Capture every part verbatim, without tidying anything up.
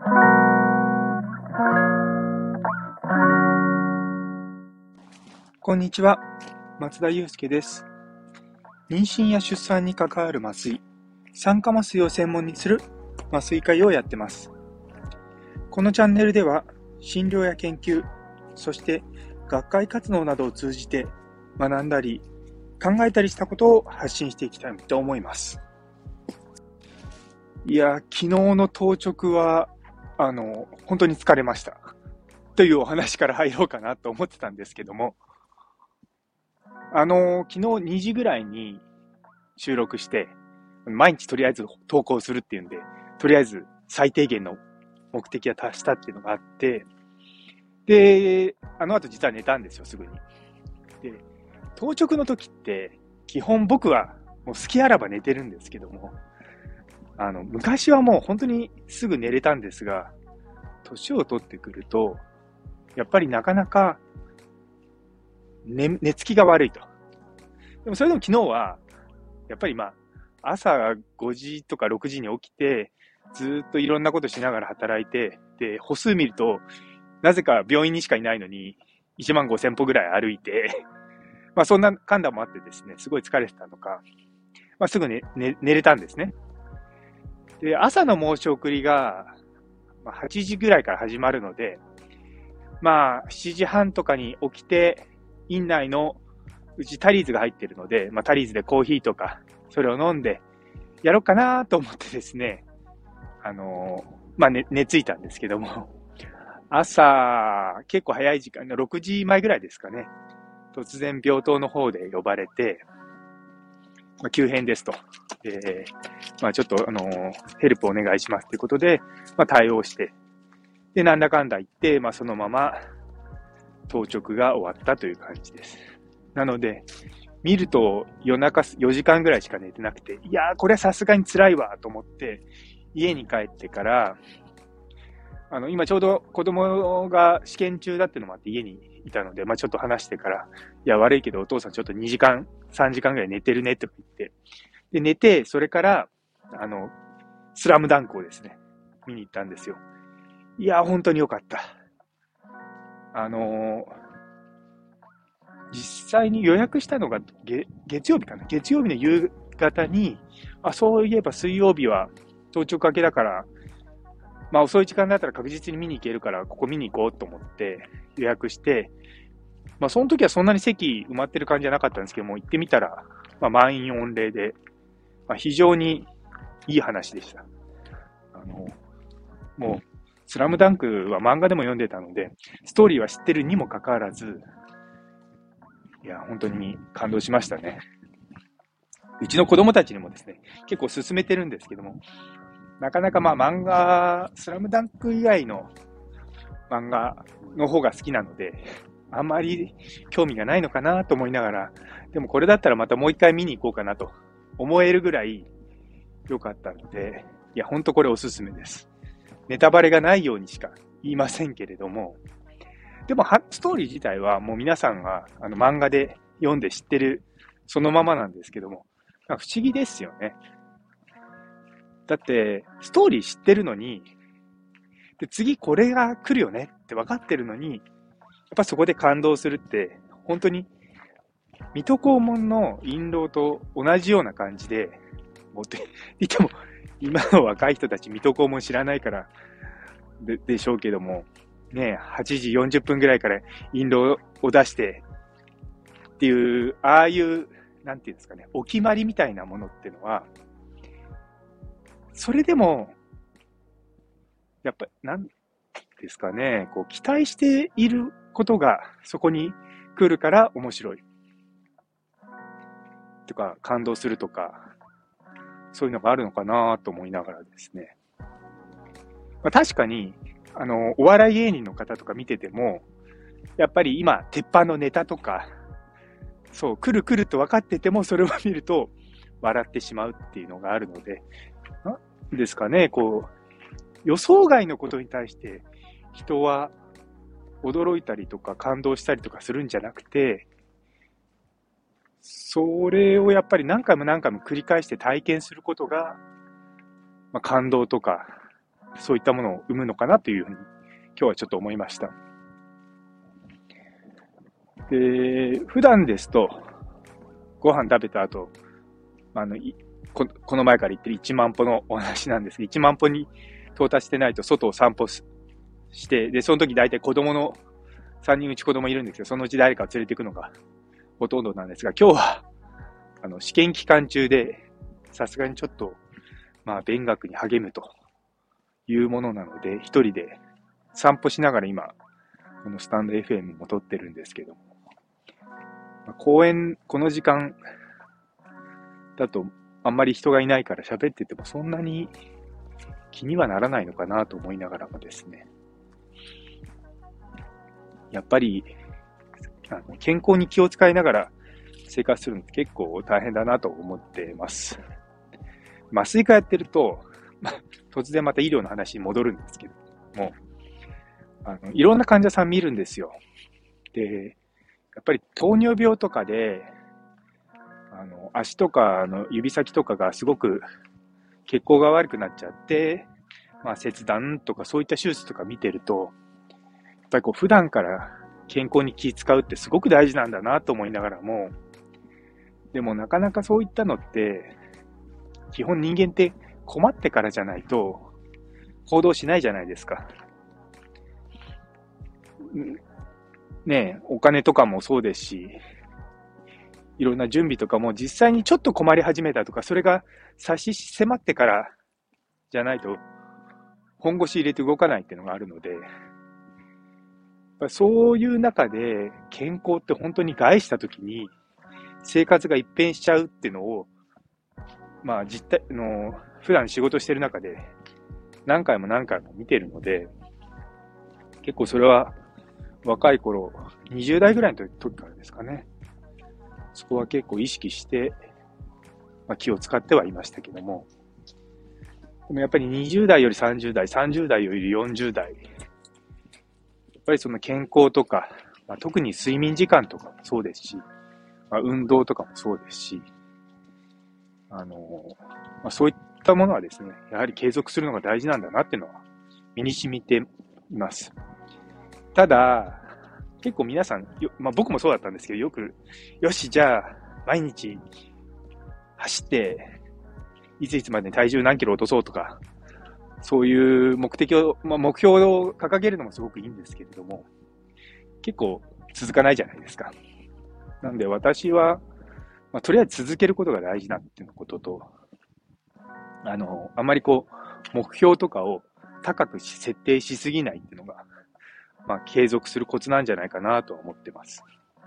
こんにちは、松田祐介です。妊娠や出産に関わる麻酔、酸化麻酔を専門にする麻酔科医をやってます。このチャンネルでは、診療や研究、そして学会活動などを通じて学んだり考えたりしたことを発信していきたいと思います。いや、昨日の当直は、あの、本当に疲れました。というお話から入ろうかなと思ってたんですけども、あの、昨日にじぐらいに収録して、毎日とりあえず投稿するっていうんで、とりあえず最低限の目的は達したっていうのがあって、で、あの後実は寝たんですよ、すぐに。で、当直の時って、基本僕はもう好きあらば寝てるんですけども、あの、昔はもう本当にすぐ寝れたんですが、年を取ってくると、やっぱりなかなか寝、寝つきが悪いと。でもそれでも昨日は、やっぱりまあ、朝ごじとかろくじに起きて、ずーっといろんなことしながら働いて、で、歩数見ると、なぜか病院にしかいないのに、いちまんごせん歩ぐらい歩いて、まあそんな寒暖もあってですね、すごい疲れてたのか、まあすぐ寝、寝、寝れたんですね。で、朝の申し送りが、まあ、はちじぐらいから始まるので、まあしちじはんとかに起きて、院内のうちタリーズが入ってるので、まあタリーズでコーヒーとか、それを飲んで、やろうかなと思ってですね、あのー、まあ寝、寝ついたんですけども、朝、結構早い時間、ろくじまえぐらいですかね、突然病棟の方で呼ばれて、まあ、急変ですと。で、まあちょっと、あのー、ヘルプお願いしますということで、まあ対応して、で、なんだかんだ言って、まあそのまま、当直が終わったという感じです。なので、見ると夜中よじかんぐらいしか寝てなくて、いやー、これはさすがに辛いわと思って、家に帰ってから、あの、今ちょうど子供が試験中だってのもあって家にいたので、まあちょっと話してから、いや、悪いけどお父さんちょっとにじかん、さんじかんぐらい寝てるねって言って、で、寝て、それから、あの、スラムダンクをですね、見に行ったんですよ。いや、本当に良かった。あのー、実際に予約したのが月月曜日かな。月曜日の夕方に、あ、そういえば水曜日は当直明けだから、まあ遅い時間だったら確実に見に行けるから、ここ見に行こうと思って予約して、まあその時はそんなに席埋まってる感じじゃなかったんですけども、行ってみたら、まあ満員御礼で、まあ、非常にいい話でした。あの、もう、スラムダンクは漫画でも読んでたので、ストーリーは知ってるにもかかわらず、いや、本当に感動しましたね。うちの子供たちにもですね、結構勧めてるんですけども、なかなかまあ漫画、スラムダンク以外の漫画の方が好きなので、あんまり興味がないのかなと思いながら、でもこれだったらまたもう一回見に行こうかなと思えるぐらい良かったので、いや、ほんとこれおすすめです。ネタバレがないようにしか言いませんけれども、でもストーリー自体はもう皆さんがあの漫画で読んで知ってるそのままなんですけども、不思議ですよね。だって、ストーリー知ってるのに、で、次これが来るよねって分かってるのに、やっぱそこで感動するって、本当に、水戸黄門の印籠と同じような感じで、持っていても、今の若い人たち水戸黄門知らないからで、でしょうけども、ね、はちじよんじゅっぷんぐらいから印籠を出してっていう、ああいう、なんていうんですかね、お決まりみたいなものっていうのは、それでも、やっぱ、なんですかね、こう、期待していることがそこに来るから面白い。とか、感動するとか、そういうのがあるのかなと思いながらですね。まあ、確かに、あの、お笑い芸人の方とか見てても、やっぱり今、鉄板のネタとか、そう、来る来ると分かってても、それを見ると、笑ってしまうっていうのがあるので、なんですかね、こう、予想外のことに対して人は驚いたりとか感動したりとかするんじゃなくて、それをやっぱり何回も何回も繰り返して体験することが、まあ、感動とかそういったものを生むのかなというふうに今日はちょっと思いました。で、普段ですとご飯食べた後、あのこ, この前から言ってるいちまん歩のお話なんですけど、いちまん歩に到達してないと外を散歩して、で、その時大体子供のさんにんうち子供いるんですけど、そのうち誰かを連れていくのがほとんどなんですが、今日はあの試験期間中で、さすがにちょっと、まあ、勉学に励むというものなので、一人で散歩しながら今、このスタンド エフエム も撮ってるんですけども、まあ、公園、この時間だとあんまり人がいないから喋っててもそんなに気にはならないのかなと思いながらもですね、やっぱりあの健康に気を使いながら生活するのって結構大変だなと思っています。麻酔科やってると、ま、突然また医療の話に戻るんですけども、あのいろんな患者さん見るんですよ。で、やっぱり糖尿病とかで、あの足とかの指先とかがすごく血行が悪くなっちゃって、まあ、切断とかそういった手術とか見てると、やっぱりこう普段から健康に気使うってすごく大事なんだなと思いながらも、でもなかなかそういったのって基本人間って困ってからじゃないと行動しないじゃないですか。ねえ、お金とかもそうですし、いろんな準備とかも実際にちょっと困り始めたとか、それが差し迫ってからじゃないと本腰入れて動かないっていうのがあるので、そういう中で健康って本当に害したときに生活が一変しちゃうっていうのを、まあ実態の普段仕事してる中で何回も何回も見てるので、結構それは若い頃、にじゅう代ぐらいの時からですかね。そこは結構意識して、まあ、気を使ってはいましたけども、でもやっぱりにじゅう代よりさんじゅう代、さんじゅう代よりよんじゅう代、やっぱりその健康とか、まあ、特に睡眠時間とかもそうですし、まあ、運動とかもそうですし、あのまあ、そういったものはですね、やはり継続するのが大事なんだなっていうのは身に染みています。ただ、結構皆さん、まあ、僕もそうだったんですけど、よく、よし、じゃあ、毎日走って、いついつまでに体重何キロ落とそうとか、そういう目的を、まあ、目標を掲げるのもすごくいいんですけれども、結構続かないじゃないですか。なんで私は、まあ、とりあえず続けることが大事だっていうことと、あの、あまりこう、目標とかを高く設定しすぎないっていうのが、まあ、継続するコツなんじゃないかなと思ってます。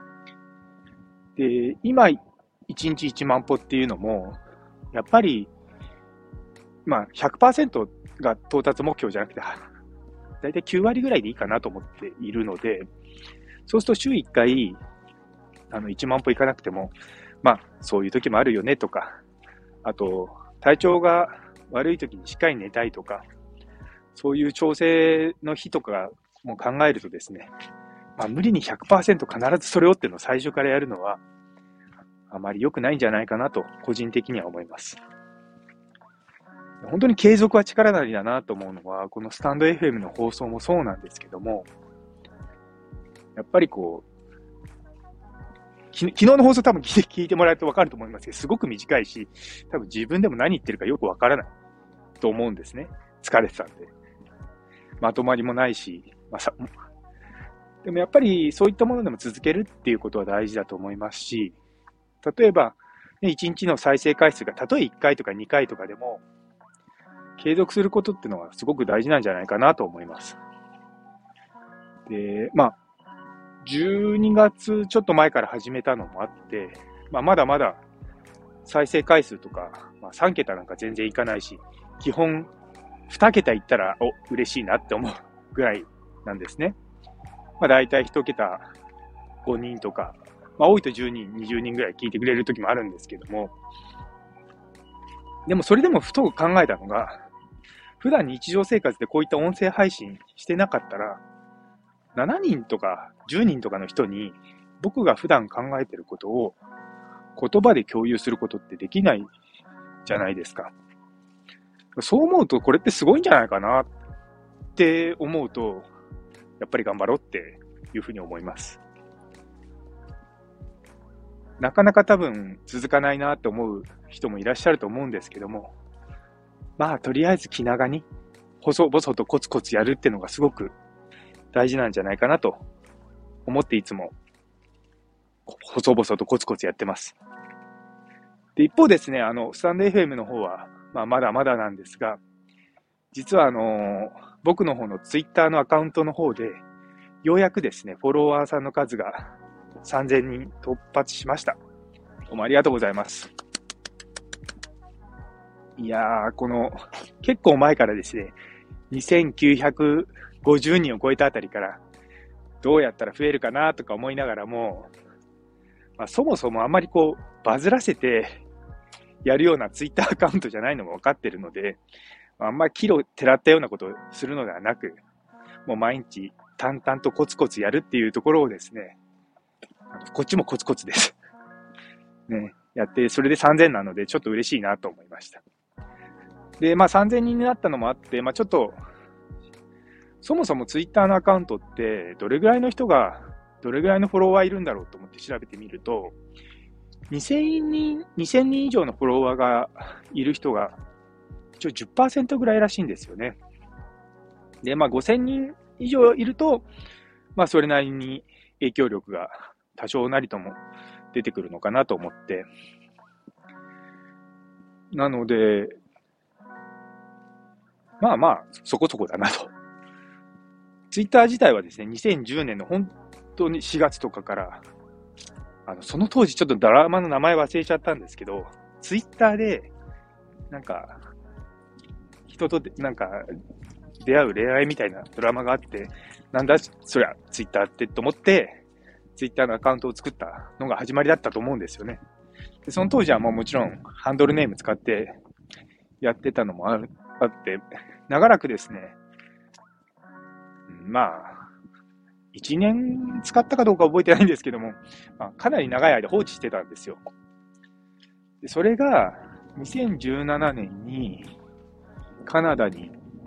で、今、いちにちいちまん歩っていうのも、やっぱり、まあ、ひゃくパーセントが到達目標じゃなくて、だいたいきゅう割ぐらいでいいかなと思っているので、そうすると週いっかい、あの、いちまん歩いかなくても、まあ、そういう時もあるよねとか、あと、体調が悪い時にしっかり寝たいとか、そういう調整の日とかも考えるとですね、まあ、無理に ひゃくパーセント 必ずそれをっていうのを最初からやるのは、あまり良くないんじゃないかなと、個人的には思います。本当に継続は力なりだなと思うのは、このスタンド エフエム の放送もそうなんですけども、やっぱりこう、き昨日の放送多分聞いて聞いてもらえると分かると思いますけど、すごく短いし、多分自分でも何言ってるかよく分からないと思うんですね。疲れてたんで。まとまりもないし、まあ、さでもやっぱりそういったものでも続けるっていうことは大事だと思いますし、例えば、ね、いちにちの再生回数がたとえいっかいとかにかいとかでも、継続することっていうのはすごく大事なんじゃないかなと思います。で、まあ、じゅうにがつちょっと前から始めたのもあって、まあ、まだまだ再生回数とか、まあ、さんけたなんか全然いかないし、基本にけたいったら、お、嬉しいなって思うぐらいなんですね。まあ、だいたいいちけたごにんとか、まあ、多いとじゅうにん、にじゅうにんぐらい聞いてくれる時もあるんですけども、でもそれでもふと考えたのが、普段日常生活でこういった音声配信してなかったら、しちにんとかじゅうにんとかの人に僕が普段考えていることを言葉で共有することってできないじゃないですか。 そう思うとこれってすごいんじゃないかなって思うと、やっぱり頑張ろうっていうふうに思います。なかなか多分続かないなって思う人もいらっしゃると思うんですけども、まあとりあえず気長に細々とコツコツやるっていうのがすごく大事なんじゃないかなと思っていつも細々とコツコツやってます。で、一方ですね、あの、スタンド エフエム の方は、まあまだまだなんですが、実はあの、僕の方のツイッターのアカウントの方で、ようやくですね、フォロワーさんの数がさんぜんにん突破しました。どうもありがとうございます。いやー、この、結構前からですね、にせんきゅうひゃくごじゅうにんを超えたあたりから、どうやったら増えるかなとか思いながらも、まあ、そもそもあんまりこう、バズらせてやるようなツイッターアカウントじゃないのも分かってるので、あんまり岐路てらったようなことをするのではなく、もう毎日淡々とコツコツやるっていうところをですね、こっちもコツコツです。ね、やって、それでさんぜんなのでちょっと嬉しいなと思いました。で、まあさんぜんにんになったのもあって、まあちょっと、そもそもツイッターのアカウントってどれぐらいの人が、どれぐらいのフォロワーいるんだろうと思って調べてみると、にせんにん、にせんにん以上のフォロワーがいる人が、一応 じゅっパーセント ぐらいらしいんですよね。で、まあごせんにん以上いると、まあそれなりに影響力が多少なりとも出てくるのかなと思って。なので、まあまあ、そこそこだなと。ツイッター自体はですね、にせんじゅうねんの本当にしがつとかから、あの、その当時ちょっとドラマの名前忘れちゃったんですけど、ツイッターで、なんか、人となんか、出会う恋愛みたいなドラマがあって、なんだそりゃツイッターってと思って、ツイッターのアカウントを作ったのが始まりだったと思うんですよね。でその当時はもうもちろんハンドルネーム使ってやってたのもあるあって、長らくですね、まあ、いちねん使ったかどうか覚えてないんですけども、まあ、かなり長い間放置してたんですよ。でそれがにせんじゅうななねんにカナダに行って、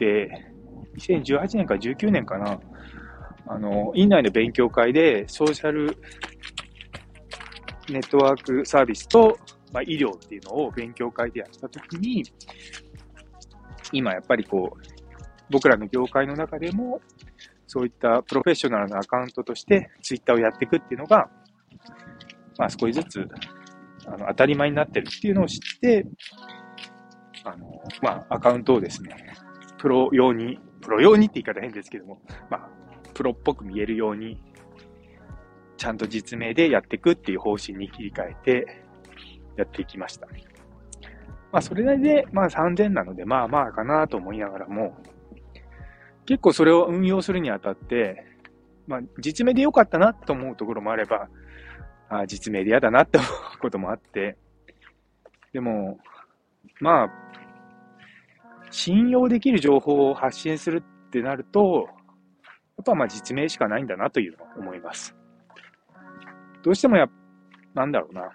にせんじゅうはちねんかじゅうきゅうねんかな、あの、院内の勉強会でソーシャルネットワークサービスと、まあ、医療っていうのを勉強会でやったときに、今やっぱりこう、僕らの業界の中でも、そういったプロフェッショナルなアカウントとしてツイッターをやっていくっていうのが、まあ少しずつあの当たり前になってるっていうのを知って、あの、まあアカウントをですね、プロ用に、プロ用にって言い方変ですけども、まあ、プロっぽく見えるように、ちゃんと実名でやっていくっていう方針に切り替えてやっていきました。まあそれなりで、まあさんぜんなので、まあまあかなと思いながらも、結構それを運用するにあたって、まあ、実名で良かったなと思うところもあれば、あ実名で嫌だなって思うこともあって、でも、まあ、信用できる情報を発信するってなると、やっぱまあ実名しかないんだなというのを思います。どうしてもや、なんだろうな、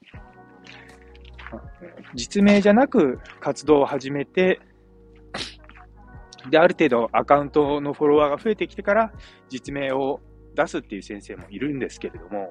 実名じゃなく活動を始めて、で、ある程度アカウントのフォロワーが増えてきてから実名を出すっていう先生もいるんですけれども、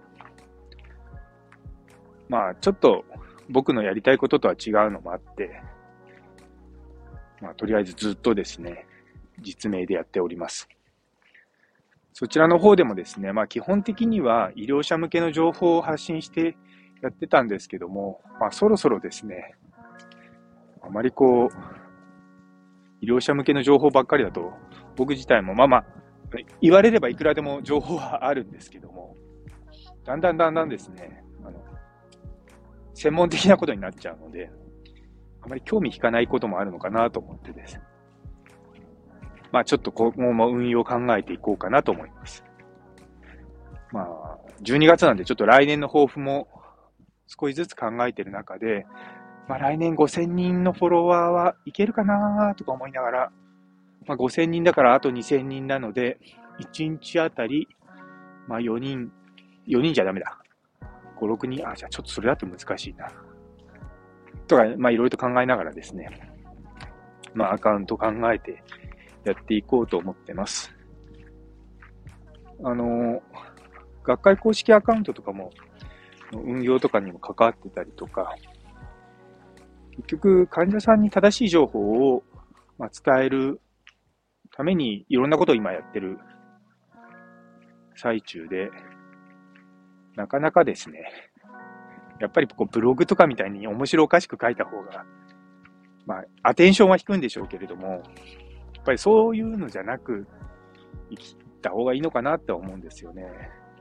まあちょっと僕のやりたいこととは違うのもあって、まあとりあえずずっとですね、実名でやっております。そちらの方でもですね、まあ基本的には医療者向けの情報を発信してやってたんですけども、まあそろそろですね、あまりこう、医療者向けの情報ばっかりだと、僕自体もまあまあ、言われればいくらでも情報はあるんですけども、だんだんだんだんですね、あの、専門的なことになっちゃうので、あまり興味引かないこともあるのかなと思ってです。まあちょっと今後も運用を考えていこうかなと思います。まあ、じゅうにがつなんでちょっと来年の抱負も少しずつ考えている中で、まあ来年ごせんにんのフォロワーはいけるかなとか思いながら、まあごせんにんだからあとにせんにんなので、いちにちあたり、まあよにん、よにんじゃダメだ。ご、ろくにん、あ、じゃあちょっとそれだと難しいな。とか、まあいろいろと考えながらですね、 まあ、アカウント考えてやっていこうと思ってます。あの、学会公式アカウントとかも、運用とかにも関わってたりとか、結局患者さんに正しい情報をまあ伝えるためにいろんなことを今やってる最中で、なかなかですね、やっぱりこうブログとかみたいに面白おかしく書いた方が、まあ、アテンションは引くんでしょうけれども、やっぱりそういうのじゃなく、生きた方がいいのかなって思うんですよね。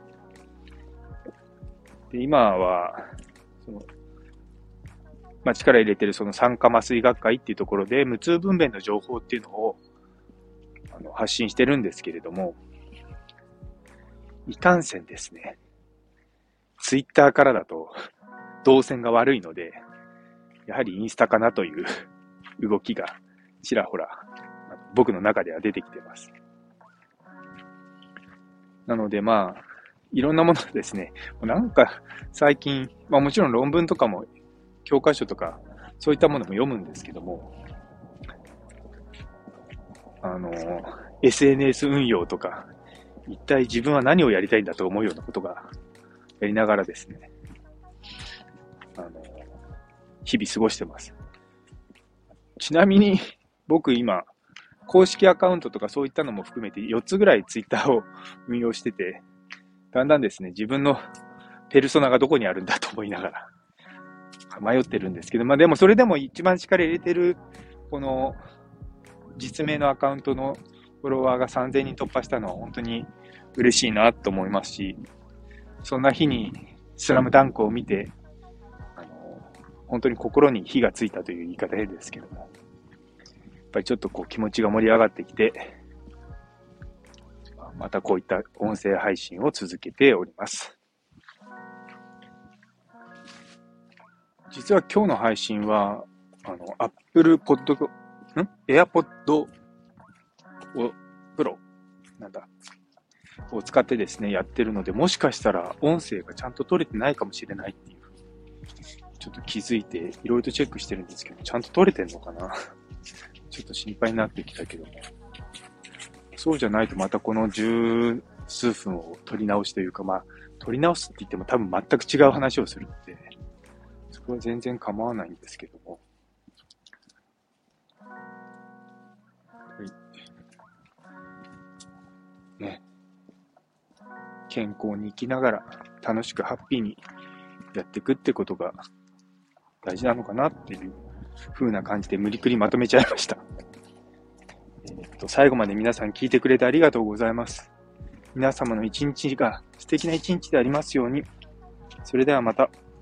で、今は、その、まあ、力入れてるその酸化麻酔学会っていうところで、無痛分娩の情報っていうのをあの発信してるんですけれども、いかんせんですね、ツイッターからだと動線が悪いので、やはりインスタかなという動きがちらほら僕の中では出てきてます。なのでまあ、いろんなものですね、なんか最近、まあもちろん論文とかも教科書とかそういったものも読むんですけども、あの エスエヌエス 運用とか、一体自分は何をやりたいんだと思うようなことがやりながらですね、あの日々過ごしてます。ちなみに僕今公式アカウントとかそういったのも含めてよっつぐらいツイッターを運用してて、だんだんですね、自分のペルソナがどこにあるんだと思いながら迷ってるんですけど、まあでもそれでも一番力入れてるこの実名のアカウントのフォロワーがさんぜんにん突破したのは本当に嬉しいなと思いますし、そんな日にスラムダンクを見て、あの本当に心に火がついたという言い方ですけども、やっぱりちょっとこう気持ちが盛り上がってきて、またこういった音声配信を続けております。実は今日の配信は、あの、Apple Pod、ん AirPod Pro なんだを使ってですね、やってるので、もしかしたら音声がちゃんと取れてないかもしれないっていう、ちょっと気づいて、いろいろとチェックしてるんですけど、ちゃんと取れてんのかなちょっと心配になってきたけども。そうじゃないとまたこの十数分を取り直しというか、まあ、取り直すって言っても多分全く違う話をするって、そこは全然構わないんですけども。はい。ね。健康に生きながら楽しくハッピーにやっていくってことが大事なのかなっていう風な感じで無理くりまとめちゃいました。えー、っと最後まで皆さん聞いてくれてありがとうございます。皆様の一日が素敵な一日でありますように。それではまた。